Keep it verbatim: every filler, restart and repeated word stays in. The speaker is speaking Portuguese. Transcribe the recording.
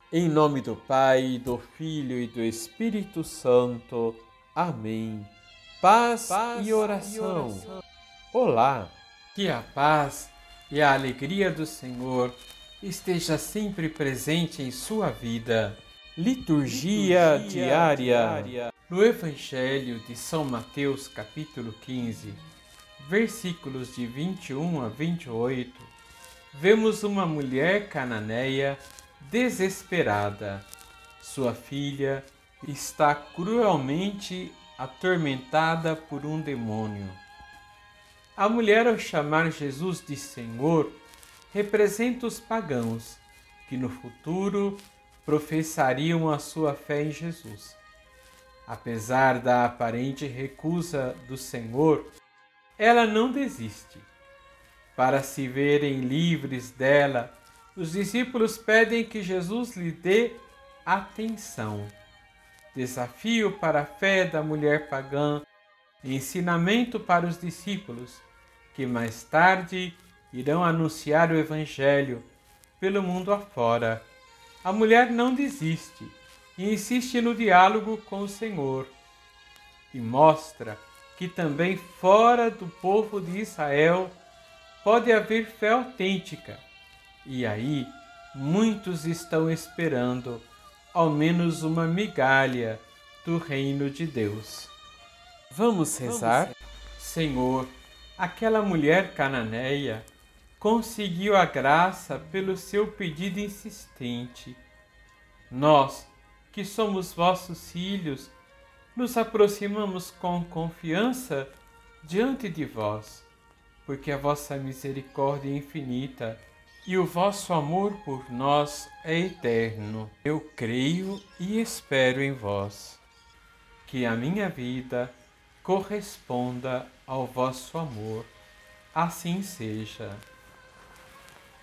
Em nome do Pai, do Filho e do Espírito Santo. Amém. Paz, paz e, oração. e oração. Olá, que a paz e a alegria do Senhor esteja sempre presente em sua vida. Liturgia, Liturgia diária. diária. No Evangelho de São Mateus, capítulo quinze, versículos de vinte e um a vinte e oito, vemos uma mulher cananeia desesperada. Sua filha está cruelmente atormentada por um demônio. A mulher, ao chamar Jesus de Senhor, representa os pagãos que no futuro professariam a sua fé em Jesus. Apesar da aparente recusa do Senhor, ela não desiste. Para se verem livres dela, os discípulos pedem que Jesus lhe dê atenção. Desafio para a fé da mulher pagã e ensinamento para os discípulos, que mais tarde irão anunciar o Evangelho pelo mundo afora. A mulher não desiste e insiste no diálogo com o Senhor, e mostra que também fora do povo de Israel pode haver fé autêntica. E aí, muitos estão esperando ao menos uma migalha do reino de Deus. Vamos rezar? Vamos. Senhor, aquela mulher cananeia conseguiu a graça pelo seu pedido insistente. Nós, que somos vossos filhos, nos aproximamos com confiança diante de vós, porque a vossa misericórdia é infinita e o vosso amor por nós é eterno. Eu creio e espero em vós. Que a minha vida corresponda ao vosso amor. Assim seja.